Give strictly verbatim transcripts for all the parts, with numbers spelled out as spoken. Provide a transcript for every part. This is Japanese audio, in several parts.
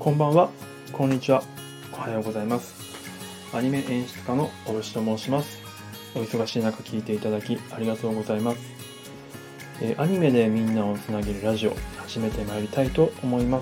こんばんは、こんにちは、おはようございます。アニメ演出家の大石と申します。お忙しい中聞いていただきありがとうございます。えー、アニメでみんなをつなげるラジオ始めてまいりたいと思います。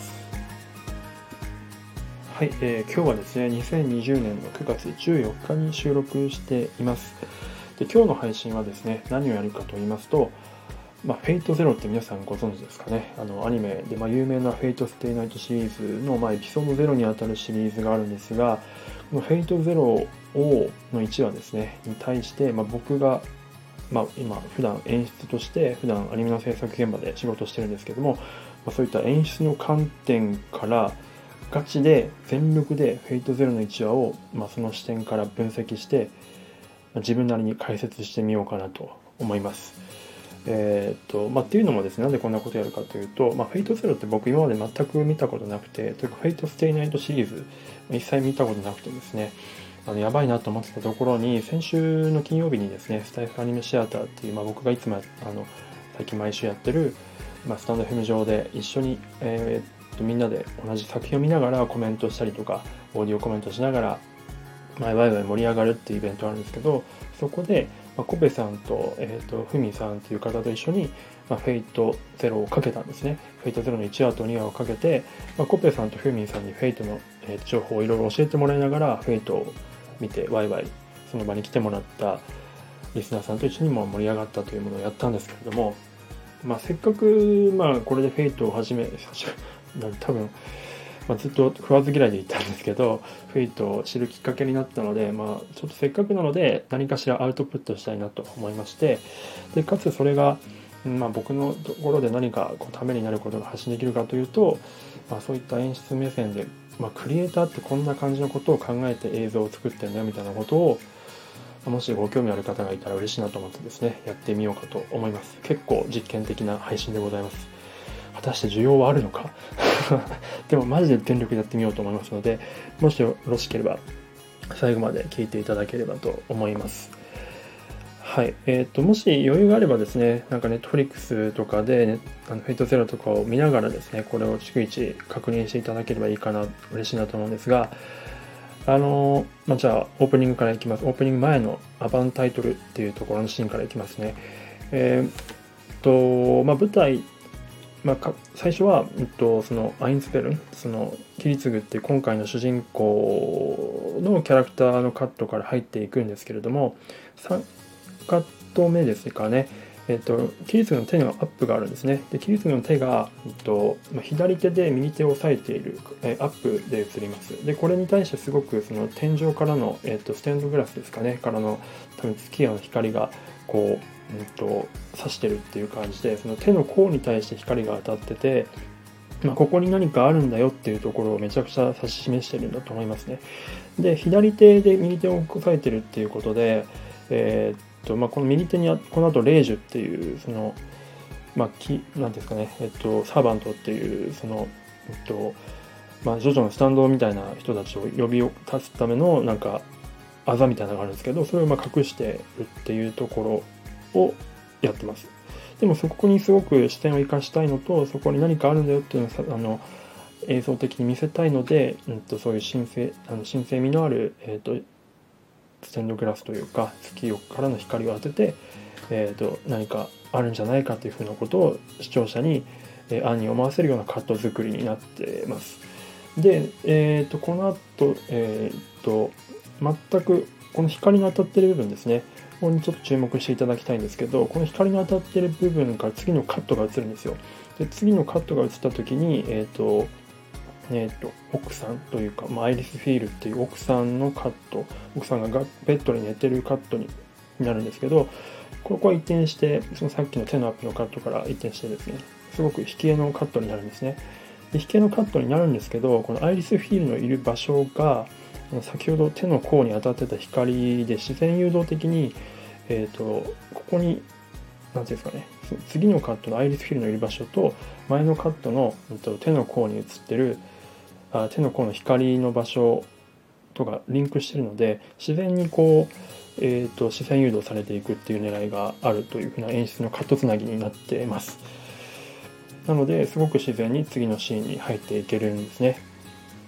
はい、えー、今日はですねにせんにじゅうねんのくがつじゅうよっかに収録しています。で今日の配信はですね何をやるかと言いますと、まあ、フェイトゼロって皆さんご存知ですかね。あのアニメで、まあ、有名なフェイトステイナイトシリーズの、まあ、エピソードゼロにあたるシリーズがあるんですが、このフェイトゼロをのいちわですねに対して、まあ、僕が、まあ、今普段演出として普段アニメの制作現場で仕事してるんですけども、まあ、そういった演出の観点からガチで全力でフェイトゼロのいちわを、まあ、その視点から分析して、まあ、自分なりに解説してみようかなと思います。えーっとまあ、っていうのもですね、なんでこんなことやるかというと、まあ、フェイトゼロって僕今まで全く見たことなくて、というかフェイトステイナイトシリーズ一切見たことなくてですね、あのやばいなと思ってたところに、先週の金曜日にですね、スタイフアニメシアターっていう、まあ、僕がいつもあの最近毎週やってる、まあ、スタンド エフエム 上で一緒に、えーっとみんなで同じ作品を見ながらコメントしたりとか、オーディオコメントしながら、まあ、ワイワイ盛り上がるっていうイベントがあるんですけど、そこで、まあ、コペさんと、えーと、フミさんという方と一緒に、まあ、フェイトゼロをかけたんですね。フェイトゼロのいちわとにわをかけて、まあ、コペさんとフミさんにフェイトの、えー、情報をいろいろ教えてもらいながら、フェイトを見て、ワイワイ、その場に来てもらったリスナーさんと一緒にも盛り上がったというものをやったんですけれども、まあ、せっかく、まあ、これでフェイトを始め、多分、まあ、ずっと食わず嫌いで言ったんですけど、フェイトを知るきっかけになったので、まあ、ちょっとせっかくなので何かしらアウトプットしたいなと思いまして、でかつそれが、まあ、僕のところで何かこうためになることが発信できるかというと、まあ、そういった演出目線で、まあ、クリエイターってこんな感じのことを考えて映像を作ってるんだよみたいなことを、もしご興味ある方がいたら嬉しいなと思ってですね、やってみようかと思います。結構実験的な配信でございます。果たして需要はあるのかでもマジで全力でやってみようと思いますので、もしよろしければ最後まで聞いていただければと思います。はい、えーと、もし余裕があればですね、なんか Netflix とかで、ね、あのフェイトゼロとかを見ながらですね、これを逐一確認していただければいいかな、嬉しいなと思うんですが、あのまあ、じゃあオープニングからいきます。オープニング前のアバンタイトルっていうところのシーンからいきますね。えーとまあ、舞台まあ、最初は、えっと、そのアインスペルン、そのキリツグっていう今回の主人公のキャラクターのカットから入っていくんですけれども、さんカット目ですかね、えっと、キリツグの手のアップがあるんですね。でキリツグの手が、えっとまあ、左手で右手を押さえている、えアップで映ります。でこれに対してすごくその天井からの、えっと、ステンドグラスですかねからの多分月夜の光がこううんと刺してるっていう感じで、その手の甲に対して光が当たってて、まあ、ここに何かあるんだよっていうところをめちゃくちゃ指し示してるんだと思いますね。で左手で右手を押さえてるっていうことで、えー、っとまあ、この右手にこの後レージュっていうそのまあきなんですかね、えっとサーバントっていうそのえっとまあジョジョのスタンドみたいな人たちを呼び立つためのなんかあざみたいなのがあるんですけど、それをまあ隠してるっていうところをやってます。でもそこにすごく視点を生かしたいのと、そこに何かあるんだよっていうのをあの映像的に見せたいので、うん、とそういう神聖あの神聖味のある、えー、とステンドグラスというか月からの光を当てて、えー、と何かあるんじゃないかというふうなことを視聴者に、えー、暗に思わせるようなカット作りになってます。で、えー、とこの後、えー、と全くこの光の当たってる部分ですね、ここにちょっと注目していただきたいんですけど、この光の当たっている部分から次のカットが映るんですよ。で次のカットが映った時に、えっ、ー、と、えっ、ー、と、奥さんというか、まあ、アイリス・フィールっていう奥さんのカット、奥さんがベッドに寝てるカットになるんですけど、ここは一転して、そのさっきの手のアップのカットから一転してですね、すごく引き絵のカットになるんですね。で引き絵のカットになるんですけど、このアイリス・フィールのいる場所が、先ほど手の甲に当たってた光で自然誘導的に、えー、とここに何ていうんですかね、次のカットのアイリス・フィールのいる場所と前のカットの、えー、と手の甲に映ってるあ手の甲の光の場所とがリンクしているので、自然にこう、えー、と視線誘導されていくっていう狙いがあるというふうな演出のカットつなぎになっています。なのですごく自然に次のシーンに入っていけるんですね。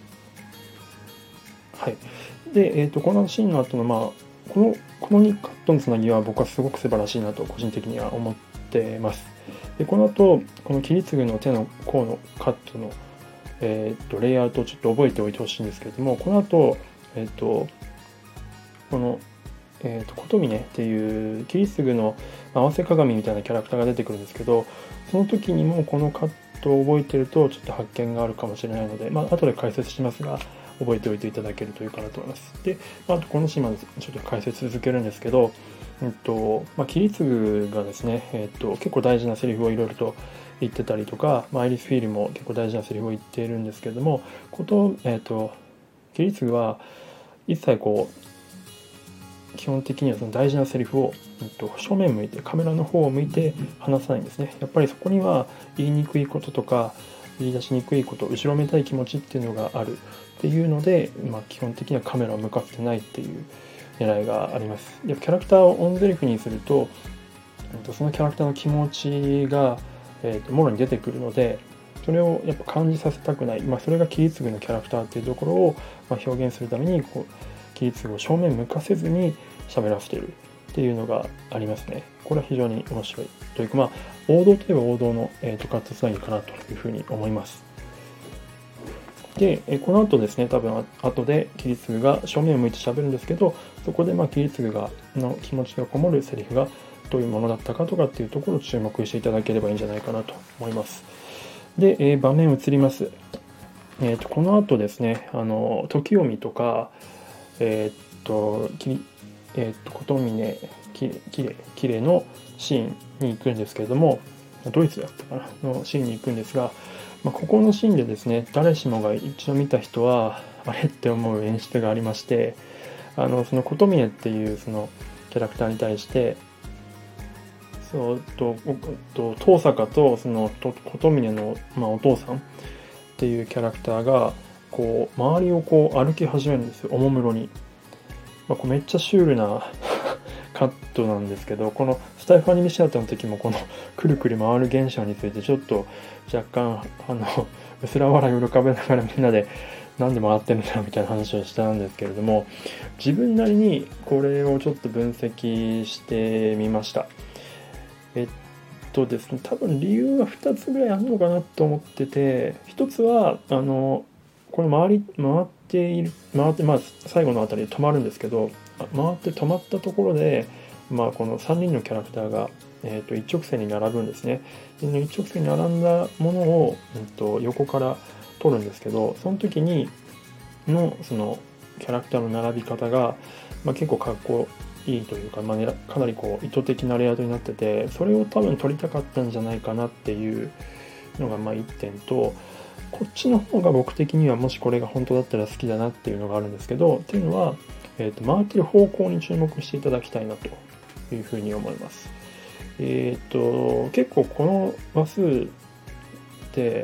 で、えー、とこのシーンの後の、まあ、このこのにカットのつなぎは僕はすごく素晴らしいなと個人的には思ってます。でこの後この桐次の手の甲のカットの、えー、とレイアウトをちょっと覚えておいてほしいんですけれども、この後、えー、とこの、えー、と琴峰っていう桐次の合わせ鏡みたいなキャラクターが出てくるんですけど、その時にもこのカットを覚えてるとちょっと発見があるかもしれないので、まあ後で解説しますが覚えておいていただけるといいかなと思います。で、あとこのシーンまでちょっと解説続けるんですけど、えっとまあ、桐次がですね、えっと、結構大事なセリフをいろいろと言ってたりとか、まあ、アイリス・フィールも結構大事なセリフを言っているんですけれども、こと、えっと、桐次は一切こう基本的にはその大事なセリフを、えっと、正面向いてカメラの方を向いて話さないんですね。やっぱりそこには言いにくいこととか言い出しにくいこと、後ろめたい気持ちっていうのがあるっていうので、まあ、基本的にはカメラを向かせてないっていう狙いがあります。でキャラクターをオンゼリフにすると、そのキャラクターの気持ちが、えー、ともろに出てくるので、それをやっぱ感じさせたくない、まあ、それが桐次のキャラクターっていうところを、まあ、表現するためにこう桐次を正面向かせずに喋らせているっていうのがありますね。これは非常に面白いというか、まあ、王道といえば王道の、えー、とカットつなぎかなというふうに思います。で、えこの後ですね、多分後で桐次が正面を向いて喋るんですけど、そこでまあ桐次がの気持ちがこもるセリフがどういうものだったかとかっていうところを注目していただければいいんじゃないかなと思います。で、えー、場面移ります。えー、とこの後ですね、あの時臣とか、えっ、ー、ときえっ、ー、と琴峰きれきれのシーンに行くんですけれども、ドイツだったかなのシーンに行くんですが、まあ、ここのシーンでですね、誰しもが一度見た人はあれって思う演出がありまして、あのその琴峰っていうそのキャラクターに対してそうとと遠坂とその琴峰の、まあ、お父さんっていうキャラクターがこう周りをこう歩き始めるんですよ、おもむろに。まあ、こうめっちゃシュールなカットなんですけど、このスタイフアニメシアターの時もこのくるくる回る現象についてちょっと若干あの薄ら笑いを浮かべながらみんなでなんで回ってるんだみたいな話をしたんですけれども、自分なりにこれをちょっと分析してみました。えっとですね、多分理由はふたつぐらいあるのかなと思ってて、ひとつはあのこの回り回っている回ってまあ最後のあたりで止まるんですけど、回って止まったところで、まあ、このさんにんのキャラクターが、えー、と一直線に並ぶんですね。で一直線に並んだものを、うん、と横から撮るんですけど、その時にのそのキャラクターの並び方が、まあ、結構かっこいいというか、まあね、かなりこう意図的なレイアウトになってて、それを多分撮りたかったんじゃないかなっていうのがまあいってんと、こっちの方が僕的にはもしこれが本当だったら好きだなっていうのがあるんですけど、っていうのは、えー、と回ってる方向に注目していただきたいなというふうに思います。えっ、ー、と結構この話数って、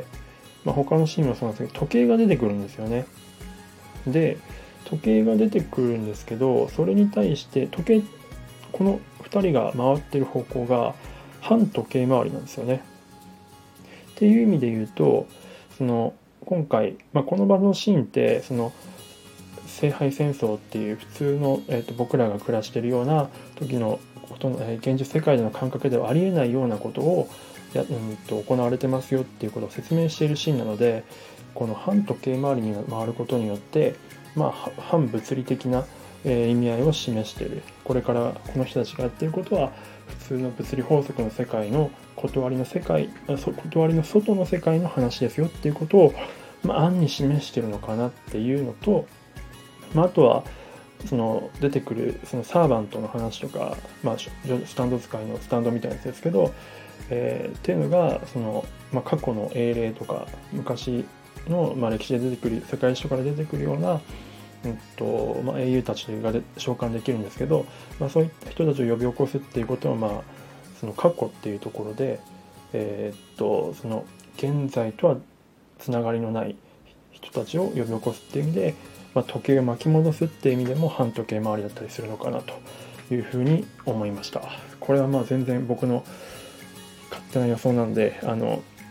まあ、他のシーンもそうなんですけど時計が出てくるんですよね。で時計が出てくるんですけど、それに対して時計このふたりが回ってる方向が反時計回りなんですよね。っていう意味で言うと、その今回、まあ、この場のシーンってその聖杯戦争っていう普通の、えー、と僕らが暮らしているような時のことの、えー、現実世界での感覚ではありえないようなことをや、うん、と行われてますよっていうことを説明しているシーンなので、この反時計回りに回ることによって、まあ、反物理的な、えー、意味合いを示している。これからこの人たちがやっていることは普通の物理法則の世界の断りの世界断りの外の世界の話ですよっていうことを、まあ、暗に示しているのかなっていうのと、まあ、あとはその出てくるそのサーバントの話とか、まあ、スタンド使いのスタンドみたいなやつですけど、えー、っていうのがその、まあ、過去の英霊とか昔の、まあ、歴史で出てくる世界史とかで出てくるような、うんとまあ、英雄たちがで召喚できるんですけど、まあ、そういった人たちを呼び起こすっていうことは、まあ、その過去っていうところで、えー、っとその現在とはつながりのない人たちを呼び起こすっていう意味で、まあ、時計を巻き戻すっていう意味でも反時計回りだったりするのかなというふうに思いました。これはまあ全然僕の勝手な予想なんで、あの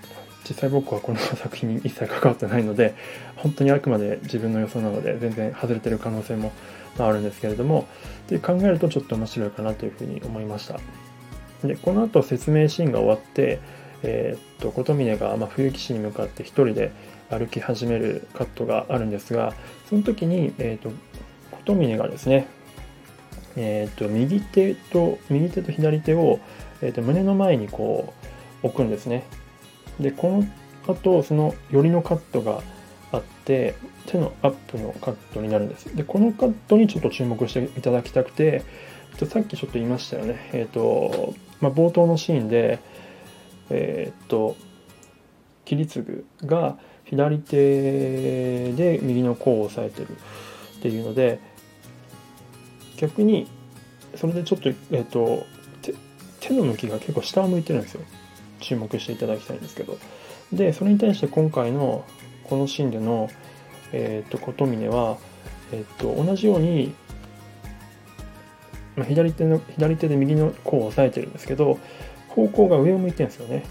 実際僕はこの作品に一切関わってないので、本当にあくまで自分の予想なので全然外れてる可能性もあるんですけれども、で考えるとちょっと面白いかなというふうに思いました。でこの後説明シーンが終わって、えー、っと琴峰がまあ冬木氏に向かって一人で歩き始めるカットがあるんですが、その時に、えー、っと琴峰がですね、えー、っと右手と右手と左手を、えー、っと胸の前にこう置くんですね。でこの後その寄りのカットがあって手のアップのカットになるんです。でこのカットにちょっと注目していただきたくて、さっきちょっと言いましたよね。えっと、まあ、冒頭のシーンで、えっと桐次が左手で右の甲を押さえてるっていうので、逆にそれでちょっと、えっと、手、手の向きが結構下を向いてるんですよ。注目していただきたいんですけど、でそれに対して今回のこのシーンでの、えー、と琴峰は、えー、と同じように、まあ、左手の左手で右の甲を押さえてるんですけど、方向が上を向いてるんですよね。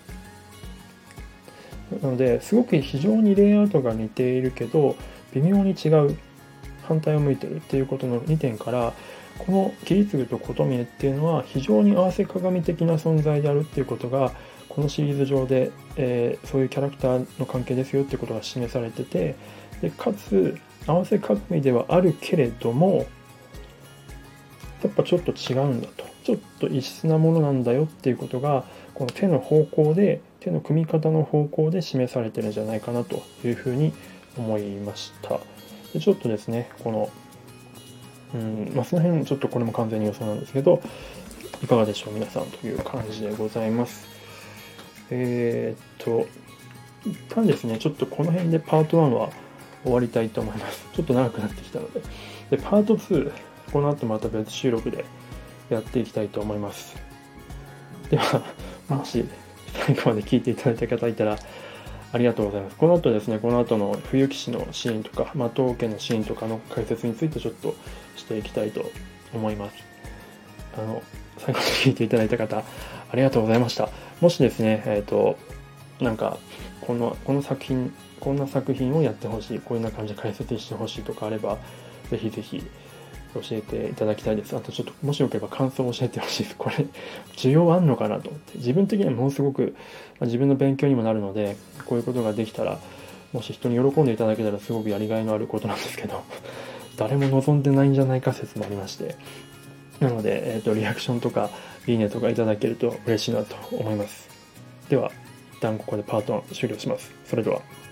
なのですごく非常にレイアウトが似ているけど微妙に違う、反対を向いてるっていうことのにてんから、この桐次と琴峰っていうのは非常に合わせ鏡的な存在であるっていうことがこのシリーズ上で、えー、そういうキャラクターの関係ですよっていうことが示されてて、でかつ合わせ鏡ではあるけれどもやっぱちょっと違うんだと、ちょっと異質なものなんだよっていうことがこの手の方向で手の組み方の方向で示されてるんじゃないかなというふうに思いました。でちょっとですねこのうんまあ、その辺ちょっとこれも完全に予想なんですけど、いかがでしょう皆さんという感じでございます。えー、っと一旦ですねちょっとこの辺でパートワンは終わりたいと思います。ちょっと長くなってきたので、でパートツーこの後また別収録でやっていきたいと思います。ではもし最後まで聞いていただいた方いたらありがとうございます。この後ですね、この後の冬木氏のシーンとか、的受けのシーンとかの解説についてちょっとしていきたいと思います。あの、最後まで聞いていただいた方、ありがとうございました。もしですね、えっと、なんか、この、この作品、こんな作品をやってほしい、こういうような感じで解説してほしいとかあれば、ぜひぜひ教えていただきたいです。あとちょっともしよければ感想を教えてほしいです。これ需要あんのかなと思って、自分的にはものすごく自分の勉強にもなるので、こういうことができたらもし人に喜んでいただけたらすごくやりがいのあることなんですけど誰も望んでないんじゃないか説もありまして、なので、えーと、リアクションとかいいねとかいただけると嬉しいなと思います。では一旦ここでパートワン終了します。それでは。